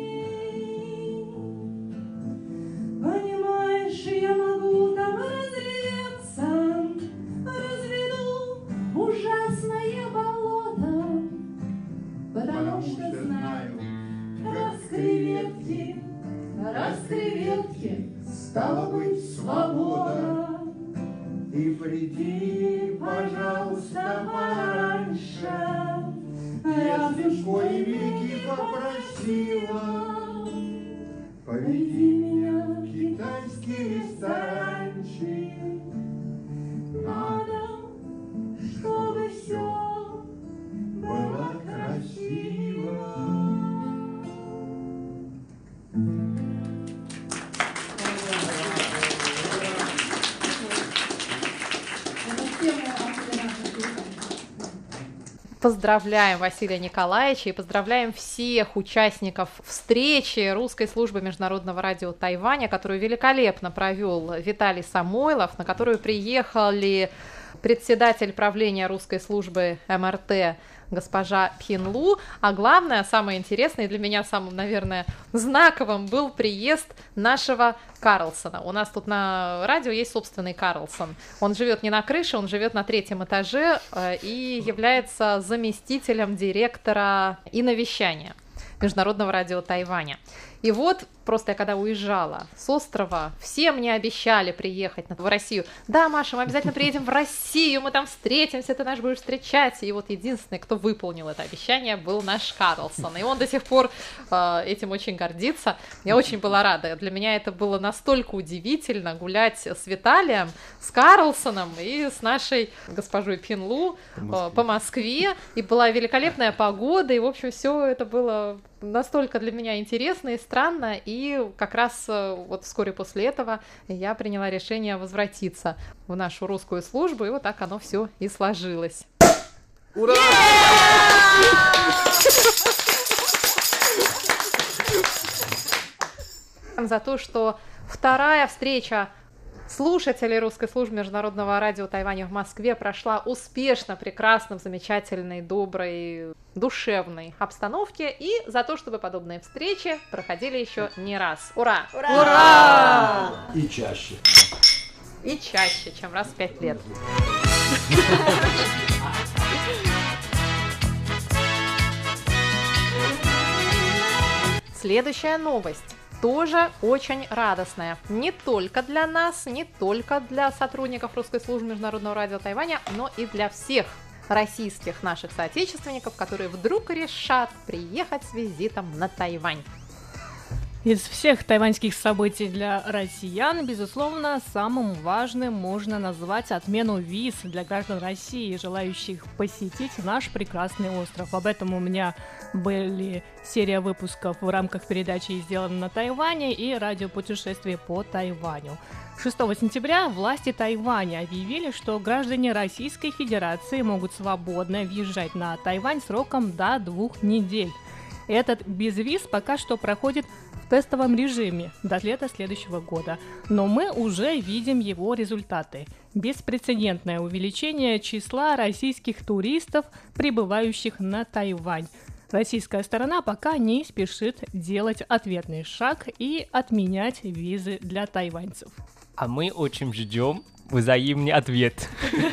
Понимаешь, я могу там разреветься, разведу ужасное болото, потому что знаю, раз креветки, раз креветки, стало быть, свобода. И приди, пожалуйста, пораньше, я в кои веки попросила, поведи меня в китайский ресторанчик. Надо, чтобы все было красиво. Поздравляем Василия Николаевича и поздравляем всех участников встречи русской службы Международного радио Тайваня, которую великолепно провел Виталий Самойлов, на которую приехали председатель правления русской службы эм эр тэ госпожа Пхин-Лу, а главное, самое интересное и для меня самым, наверное, знаковым был приезд нашего Карлсона. У нас тут на радио есть собственный Карлсон. Он живет не на крыше, он живет на третьем этаже э, и является заместителем директора иновещания Международного радио Тайваня. И вот просто я когда уезжала с острова, все мне обещали приехать в Россию. Да, Маша, мы обязательно приедем в Россию, мы там встретимся, ты нас будешь встречать. И вот единственный, кто выполнил это обещание, был наш Карлсон. И он до сих пор э, этим очень гордится. Я очень была рада. Для меня это было настолько удивительно гулять с Виталием, с Карлсоном и с нашей госпожой Пхин-Лу э, по Москве. И была великолепная погода, и, в общем, все это было настолько для меня интересно и странно, и как раз вот вскоре после этого я приняла решение возвратиться в нашу русскую службу, и вот так оно все и сложилось. Ура! За то, что вторая встреча слушателей русской службы Международного радио Тайваня в Москве прошла успешно, прекрасно, в замечательной, доброй, душевной обстановке, и за то, чтобы подобные встречи проходили еще не раз. Ура! Ура! Ура! И чаще. И чаще, чем раз в пять лет. Следующая новость тоже очень радостная. Не только для нас, не только для сотрудников русской службы Международного радио Тайваня, но и для всех российских наших соотечественников, которые вдруг решат приехать с визитом на Тайвань. Из всех тайваньских событий для россиян, безусловно, самым важным можно назвать отмену виз для граждан России, желающих посетить наш прекрасный остров. Об этом у меня были серия выпусков в рамках передачи «Сделано на Тайване» и радиопутешествие по Тайваню. шестого сентября власти Тайваня объявили, что граждане Российской Федерации могут свободно въезжать на Тайвань сроком до двух недель. Этот безвиз пока что проходит в тестовом режиме до лета следующего года, но мы уже видим его результаты. Беспрецедентное увеличение числа российских туристов, прибывающих на Тайвань. Российская сторона пока не спешит делать ответный шаг и отменять визы для тайваньцев. А мы очень ждем взаимный ответ.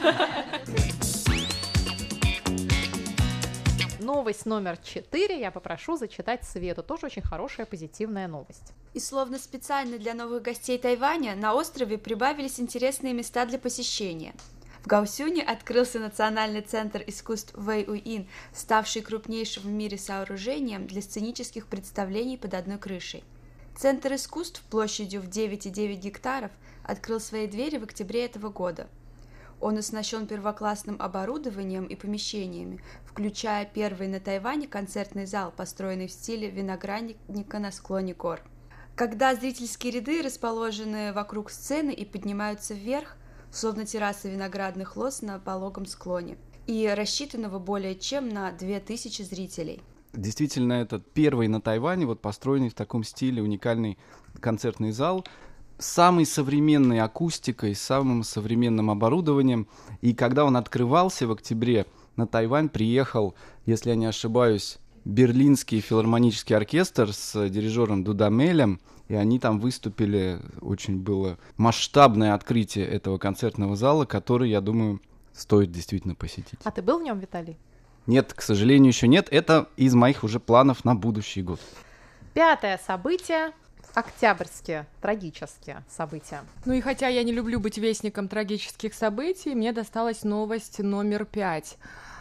Новость номер четыре я попрошу зачитать Свету. Тоже очень хорошая, позитивная новость. И словно специально для новых гостей Тайваня на острове прибавились интересные места для посещения. В Гаосюне открылся Национальный центр искусств Вэй-Уин, ставший крупнейшим в мире сооружением для сценических представлений под одной крышей. Центр искусств площадью в девять целых девять десятых гектаров открыл свои двери в октябре этого года. Он оснащен первоклассным оборудованием и помещениями, включая первый на Тайване концертный зал, построенный в стиле виноградника на склоне гор. Когда зрительские ряды расположены вокруг сцены и поднимаются вверх, словно террасы виноградных лоз на пологом склоне, и рассчитанного более чем на две тысячи зрителей. Действительно, это первый на Тайване, вот построенный в таком стиле уникальный концертный зал, с самой современной акустикой, с самым современным оборудованием. И когда он открывался в октябре, на Тайвань приехал, если я не ошибаюсь, Берлинский филармонический оркестр с дирижером Дудамелем, и они там выступили. Очень было масштабное открытие этого концертного зала, который, я думаю, стоит действительно посетить. А ты был в нем, Виталий? Нет, к сожалению, еще нет. Это из моих уже планов на будущий год. Пятое событие. Октябрьские трагические события. Ну и хотя я не люблю быть вестником трагических событий, мне досталась новость номер пять.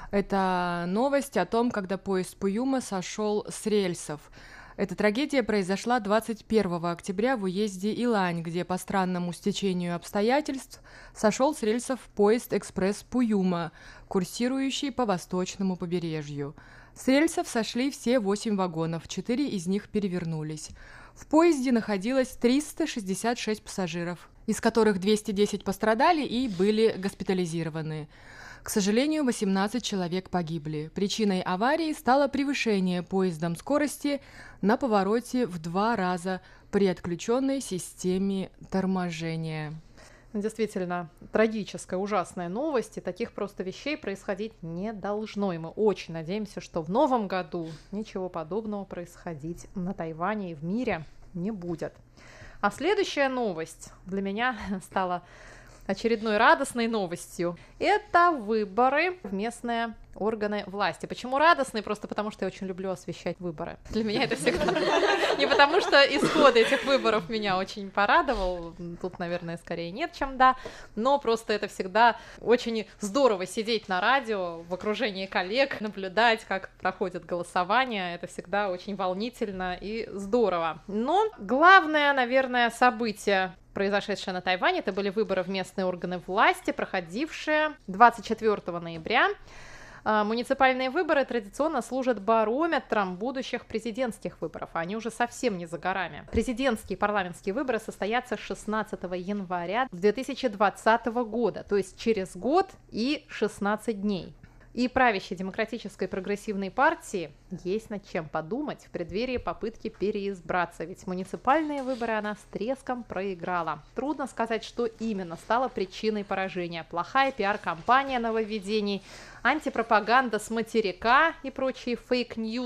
Это новость о том, когда поезд Пуюма сошел с рельсов. Эта трагедия произошла двадцать первого октября в уезде Илань, где по странному стечению обстоятельств сошел с рельсов поезд «Экспресс Пуюма», курсирующий по восточному побережью. С рельсов сошли все восемь вагонов, четыре из них перевернулись. В поезде находилось триста шестьдесят шесть пассажиров, из которых двести десять пострадали и были госпитализированы. К сожалению, восемнадцать человек погибли. Причиной аварии стало превышение поездом скорости на повороте в два раза при отключенной системе торможения. Действительно, трагическая, ужасная новость, и таких просто вещей происходить не должно. И мы очень надеемся, что в новом году ничего подобного происходить на Тайване и в мире не будет. А следующая новость для меня стала очередной радостной новостью. Это выборы в местные органы власти. Почему радостные? Просто потому, что я очень люблю освещать выборы. Для меня это всегда... Не потому, что исход этих выборов меня очень порадовал. Тут, наверное, скорее нет, чем да. Но просто это всегда очень здорово сидеть на радио в окружении коллег, наблюдать, как проходит голосование. Это всегда очень волнительно и здорово. Но главное, наверное, событие, произошедшие на Тайване, это были выборы в местные органы власти, проходившие двадцать четвёртого ноября. Муниципальные выборы традиционно служат барометром будущих президентских выборов, а они уже совсем не за горами. Президентские и парламентские выборы состоятся шестнадцатого января две тысячи двадцатого года, то есть через год и шестнадцать дней. И правящей демократической прогрессивной партии есть над чем подумать в преддверии попытки переизбраться, ведь муниципальные выборы она с треском проиграла. Трудно сказать, что именно стало причиной поражения. Плохая пиар-компания нововведений, антипропаганда с материка и прочие фейк-ньюс,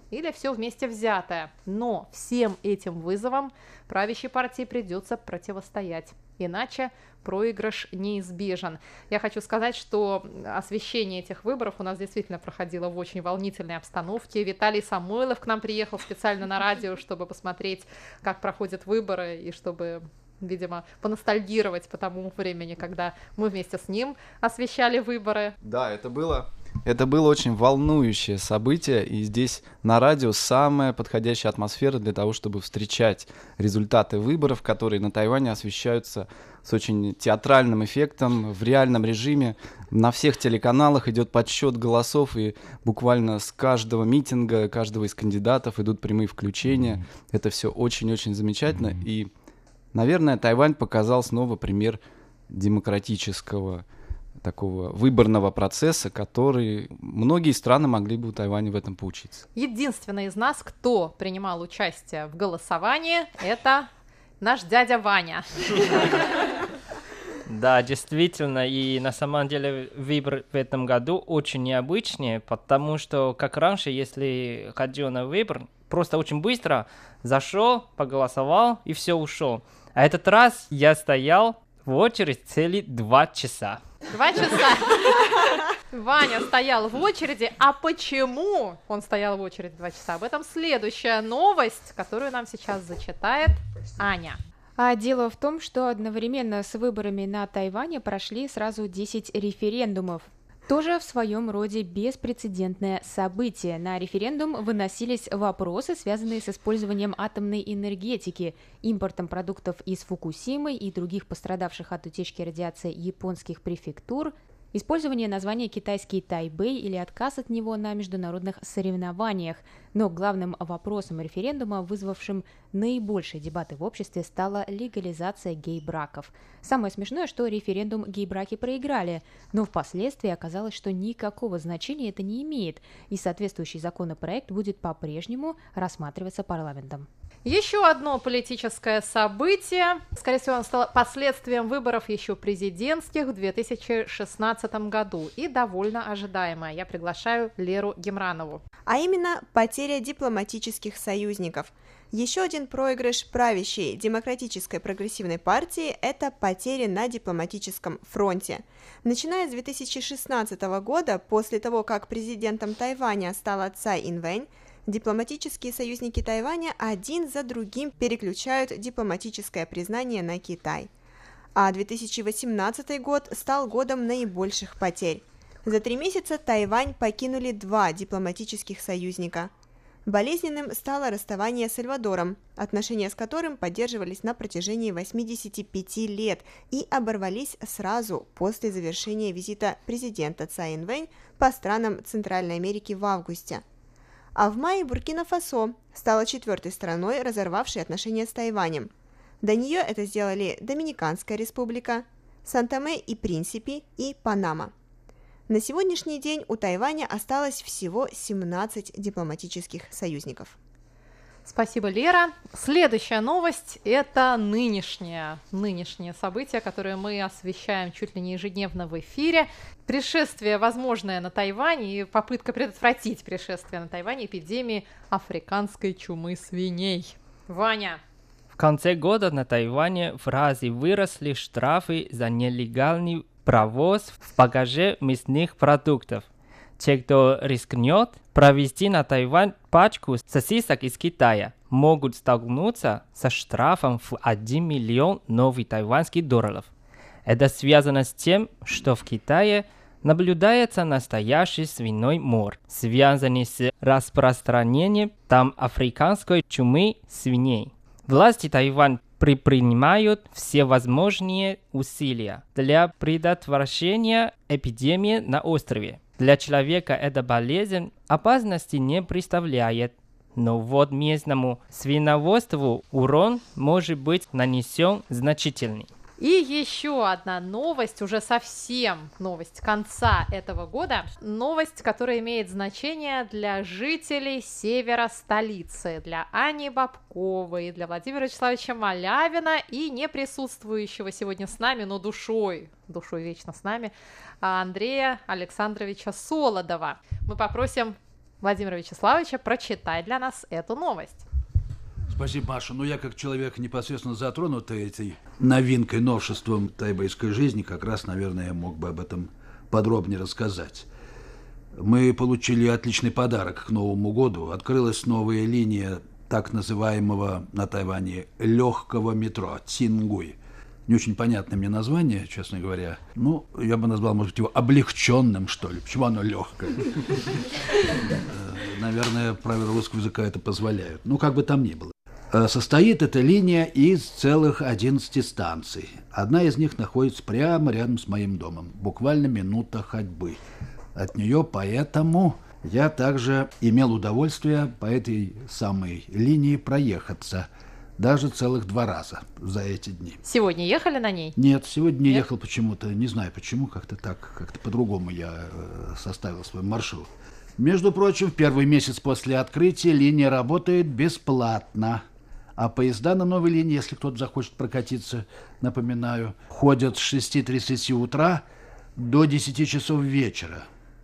или все вместе взятое. Но всем этим вызовам правящей партии придется противостоять. Иначе проигрыш неизбежен. Я хочу сказать, что освещение этих выборов у нас действительно проходило в очень волнительной обстановке. Виталий Самойлов к нам приехал специально на радио, чтобы посмотреть, как проходят выборы, и чтобы, видимо, поностальгировать по тому времени, когда мы вместе с ним освещали выборы. Да, это было... Это было очень волнующее событие, и здесь на радио самая подходящая атмосфера для того, чтобы встречать результаты выборов, которые на Тайване освещаются с очень театральным эффектом, в реальном режиме. На всех телеканалах идет подсчет голосов, и буквально с каждого митинга, каждого из кандидатов идут прямые включения. Mm-hmm. Это все очень-очень замечательно, mm-hmm. и, наверное, Тайвань показал снова пример демократического такого выборного процесса, который многие страны могли бы у Тайваня в этом поучиться. Единственный из нас, кто принимал участие в голосовании, это наш дядя Ваня. Да, действительно, и на самом деле выбор в этом году очень необычный, потому что, как раньше, если ходил на выбор, просто очень быстро зашел, поголосовал и все, ушел. А этот раз я стоял в очередь целых два часа. Два часа. Ваня стоял в очереди. А почему он стоял в очереди два часа? Об этом следующая новость, которую нам сейчас зачитает Аня. А дело в том, что одновременно с выборами на Тайване прошли сразу десять референдумов. Тоже в своем роде беспрецедентное событие. На референдум выносились вопросы, связанные с использованием атомной энергетики, импортом продуктов из Фукусимы и других пострадавших от утечки радиации японских префектур, использование названия китайский Тайбэй или отказ от него на международных соревнованиях. Но главным вопросом референдума, вызвавшим наибольшие дебаты в обществе, стала легализация гей-браков. Самое смешное, что референдум гей-браки проиграли, но впоследствии оказалось, что никакого значения это не имеет, и соответствующий законопроект будет по-прежнему рассматриваться парламентом. Еще одно политическое событие, скорее всего, оно стало последствием выборов еще президентских в две тысячи шестнадцатом году и довольно ожидаемое. Я приглашаю Леру Гемранову. А именно потеря дипломатических союзников. Еще один проигрыш правящей демократической прогрессивной партии – это потери на дипломатическом фронте. Начиная с две тысячи шестнадцатого года, после того, как президентом Тайваня стала Цай Инвэнь, дипломатические союзники Тайваня один за другим переключают дипломатическое признание на Китай. А две тысячи восемнадцатый год стал годом наибольших потерь. За три месяца Тайвань покинули два дипломатических союзника. Болезненным стало расставание с Сальвадором, отношения с которым поддерживались на протяжении восьмидесяти пяти лет и оборвались сразу после завершения визита президента Цай Инвэнь по странам Центральной Америки в августе. А в мае Буркина-Фасо стала четвертой страной, разорвавшей отношения с Тайванем. До нее это сделали Доминиканская республика, Сан-Томе и Принсипи и Панама. На сегодняшний день у Тайваня осталось всего семнадцать дипломатических союзников. Спасибо, Лера. Следующая новость – это нынешнее, нынешнее событие, которое мы освещаем чуть ли не ежедневно в эфире. Пришествие, возможное на Тайвань, и попытка предотвратить пришествие на Тайвань эпидемии африканской чумы свиней. Ваня. В конце года на Тайване в разы выросли штрафы за нелегальный провоз в багаже мясных продуктов. Те, кто рискнет провезти на Тайвань пачку сосисок из Китая, могут столкнуться со штрафом в один миллион новых тайваньских долларов. Это связано с тем, что в Китае наблюдается настоящий свиной мор, связанный с распространением там африканской чумы свиней. Власти Тайваня предпринимают все возможные усилия для предотвращения эпидемии на острове. Для человека эта болезнь опасности не представляет, но вот местному свиноводству урон может быть нанесен значительный. И еще одна новость, уже совсем новость конца этого года. Новость, которая имеет значение для жителей севера столицы, для Ани Бабковой, для Владимира Вячеславовича Малявина и не присутствующего сегодня с нами, но душой, душой вечно с нами, Андрея Александровича Солодова. Мы попросим Владимира Вячеславовича прочитать для нас эту новость. Спасибо, Маша. Ну, я как человек, непосредственно затронутый этой новинкой, новшеством тайбэйской жизни, как раз, наверное, я мог бы об этом подробнее рассказать. Мы получили отличный подарок к Новому году. Открылась новая линия так называемого на Тайване легкого метро Цингуй. Не очень понятное мне название, честно говоря. Ну, я бы назвал, может быть, его облегченным, что ли. Почему оно легкое? Наверное, правила русского языка это позволяют. Ну, как бы там ни было. Состоит эта линия из целых одиннадцати станций. Одна из них находится прямо рядом с моим домом. Буквально минута ходьбы от нее, поэтому я также имел удовольствие по этой самой линии проехаться. Даже целых два раза за эти дни. Сегодня ехали на ней? Нет, сегодня не ехал почему-то. Не знаю почему, как-то так, как-то по-другому я э, составил свой маршрут. Между прочим, в первый месяц после открытия линия работает бесплатно. А поезда на новой линии, если кто-то захочет прокатиться, напоминаю, ходят с шести тридцати утра до десяти часов вечера.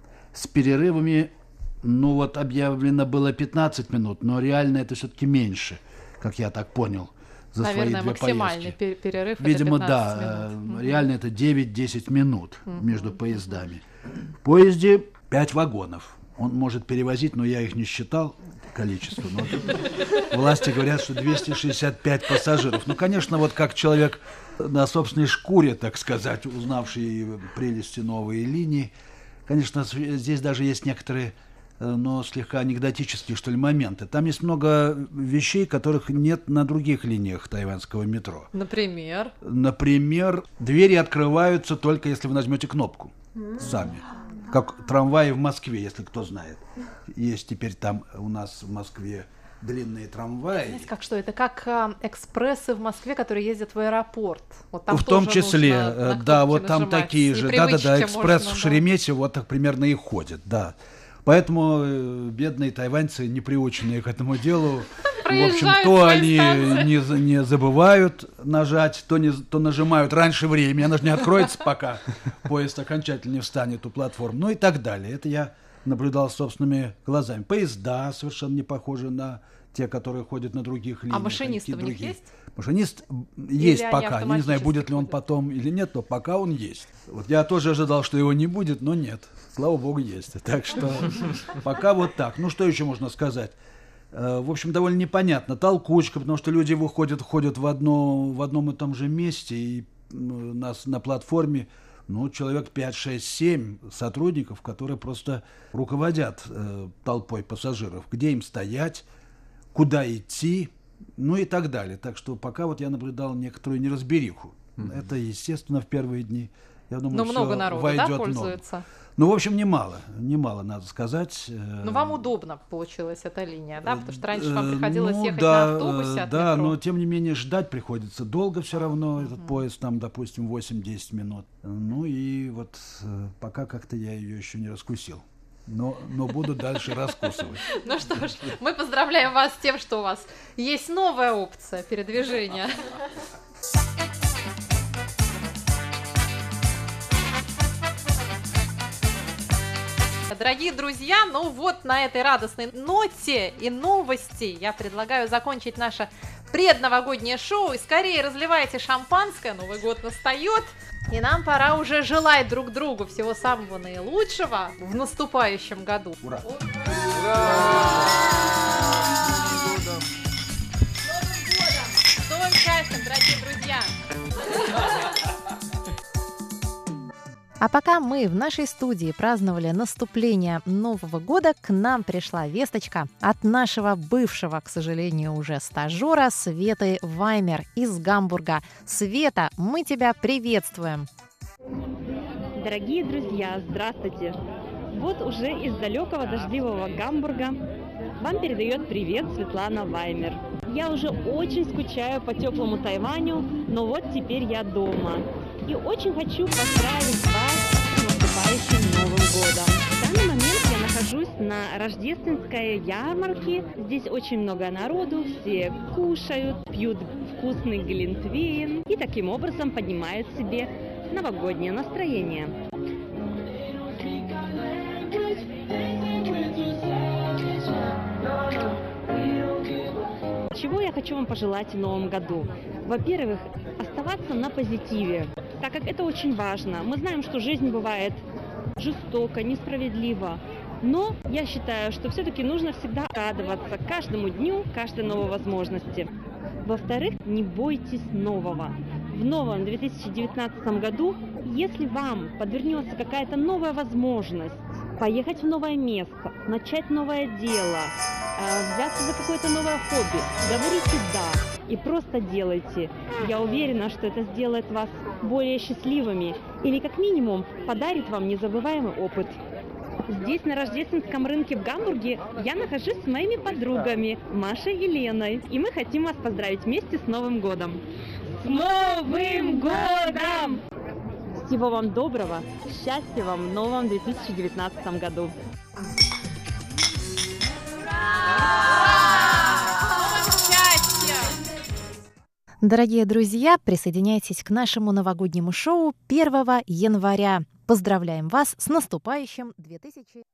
С перерывами, ну вот объявлено было пятнадцать минут, но реально это все-таки меньше, как я так понял, за Наверное, свои две максимальный поездки. перерыв. Видимо, это да, минут. реально это девять-десять минут Мгм. между поездами. В поезде пять вагонов. Он может перевозить, но я их не считал, количество. Но власти говорят, что двести шестьдесят пять пассажиров. Ну, конечно, вот как человек на собственной шкуре, так сказать, узнавший прелести новой линии, конечно, здесь даже есть некоторые, но слегка анекдотические, что ли, моменты. Там есть много вещей, которых нет на других линиях тайваньского метро. Например? Например, двери открываются только если вы нажмете кнопку сами. Как трамваи в Москве, если кто знает. Есть теперь там у нас в Москве длинные трамваи. Знаете, как что? Это как а, экспрессы в Москве, которые ездят в аэропорт. Вот там в том тоже числе, нужно на да, вот там нажимать. такие И же. Да-да-да, привычки экспресс можно, в Шереметьево вот так примерно и ходит, да. Поэтому э, бедные тайваньцы, не приученные к этому делу, в общем, то они не, за- не забывают нажать, то, не, то нажимают раньше времени, она же не откроется, пока поезд окончательно не встанет у платформ, ну и так далее. Это я наблюдал собственными глазами. Поезда совершенно не похожи на те, которые ходят на других линиях. А машинисты какие в них другие. есть? Машинист есть они пока. Я не знаю, будет ли он автоматически потом или нет, но пока он есть. Вот я тоже ожидал, что его не будет, но нет. Слава богу, есть. Так что пока вот так. Ну, что еще можно сказать? Э, В общем, довольно непонятно. Толкучка, потому что люди выходят, ходят в, одно, в одном и том же месте, и м, нас на платформе, ну, человек пять, шесть, семь сотрудников, которые просто руководят э, толпой пассажиров. Где им стоять, куда идти, ну и так далее. Так что пока вот я наблюдал некоторую неразбериху. Mm-hmm. Это, естественно, в первые дни. Я думаю, Но всё много народу, войдет да, в норму. пользуется? Ну, в общем, немало. Немало, надо сказать. Ну, вам удобно получилась эта линия, да? Потому что раньше вам Э, приходилось ну, ехать да, на автобусе э, от Да, метро. но тем не менее ждать приходится долго все равно. Этот поезд там, допустим, восемь-десять минут. Ну и вот э, пока как-то я ее еще не раскусил. Но, но буду дальше раскусывать. Ну что ж, мы поздравляем вас с тем, что у вас есть новая опция передвижения. Дорогие друзья, ну вот на этой радостной ноте и новости я предлагаю закончить наше предновогоднее шоу. И скорее разливайте шампанское, Новый год настает. И нам пора уже желать друг другу всего самого наилучшего в наступающем году. Ура! С Новым счастьем, дорогие друзья! А пока мы в нашей студии праздновали наступление Нового года, к нам пришла весточка от нашего бывшего, к сожалению, уже стажера Светы Ваймер из Гамбурга. Света, мы тебя приветствуем! Дорогие друзья, здравствуйте! Вот уже из далекого дождливого Гамбурга вам передает привет Светлана Ваймер. Я уже очень скучаю по теплому Тайваню, но вот теперь я дома. И очень хочу поздравить вас с наступающим Новым годом. В данный момент я нахожусь на рождественской ярмарке. Здесь очень много народу, все кушают, пьют вкусный глинтвейн и таким образом поднимают себе новогоднее настроение. Чего я хочу вам пожелать в новом году? Во-первых, оставаться на позитиве, так как это очень важно. Мы знаем, что жизнь бывает жестоко, несправедлива, но я считаю, что все-таки нужно всегда радоваться каждому дню, каждой новой возможности. Во-вторых, не бойтесь нового. В новом две тысячи девятнадцатом году, если вам подвернется какая-то новая возможность поехать в новое место, начать новое дело, взяться за какое-то новое хобби, говорите «да» и просто делайте. Я уверена, что это сделает вас более счастливыми или как минимум подарит вам незабываемый опыт. Здесь, на рождественском рынке в Гамбурге, я нахожусь с моими подругами Машей и Леной. И мы хотим вас поздравить вместе с Новым годом. С Новым годом! Всего вам доброго, счастья вам в новом две тысячи девятнадцатом году. Дорогие друзья, присоединяйтесь к нашему новогоднему шоу первого января. Поздравляем вас с наступающим две тысячи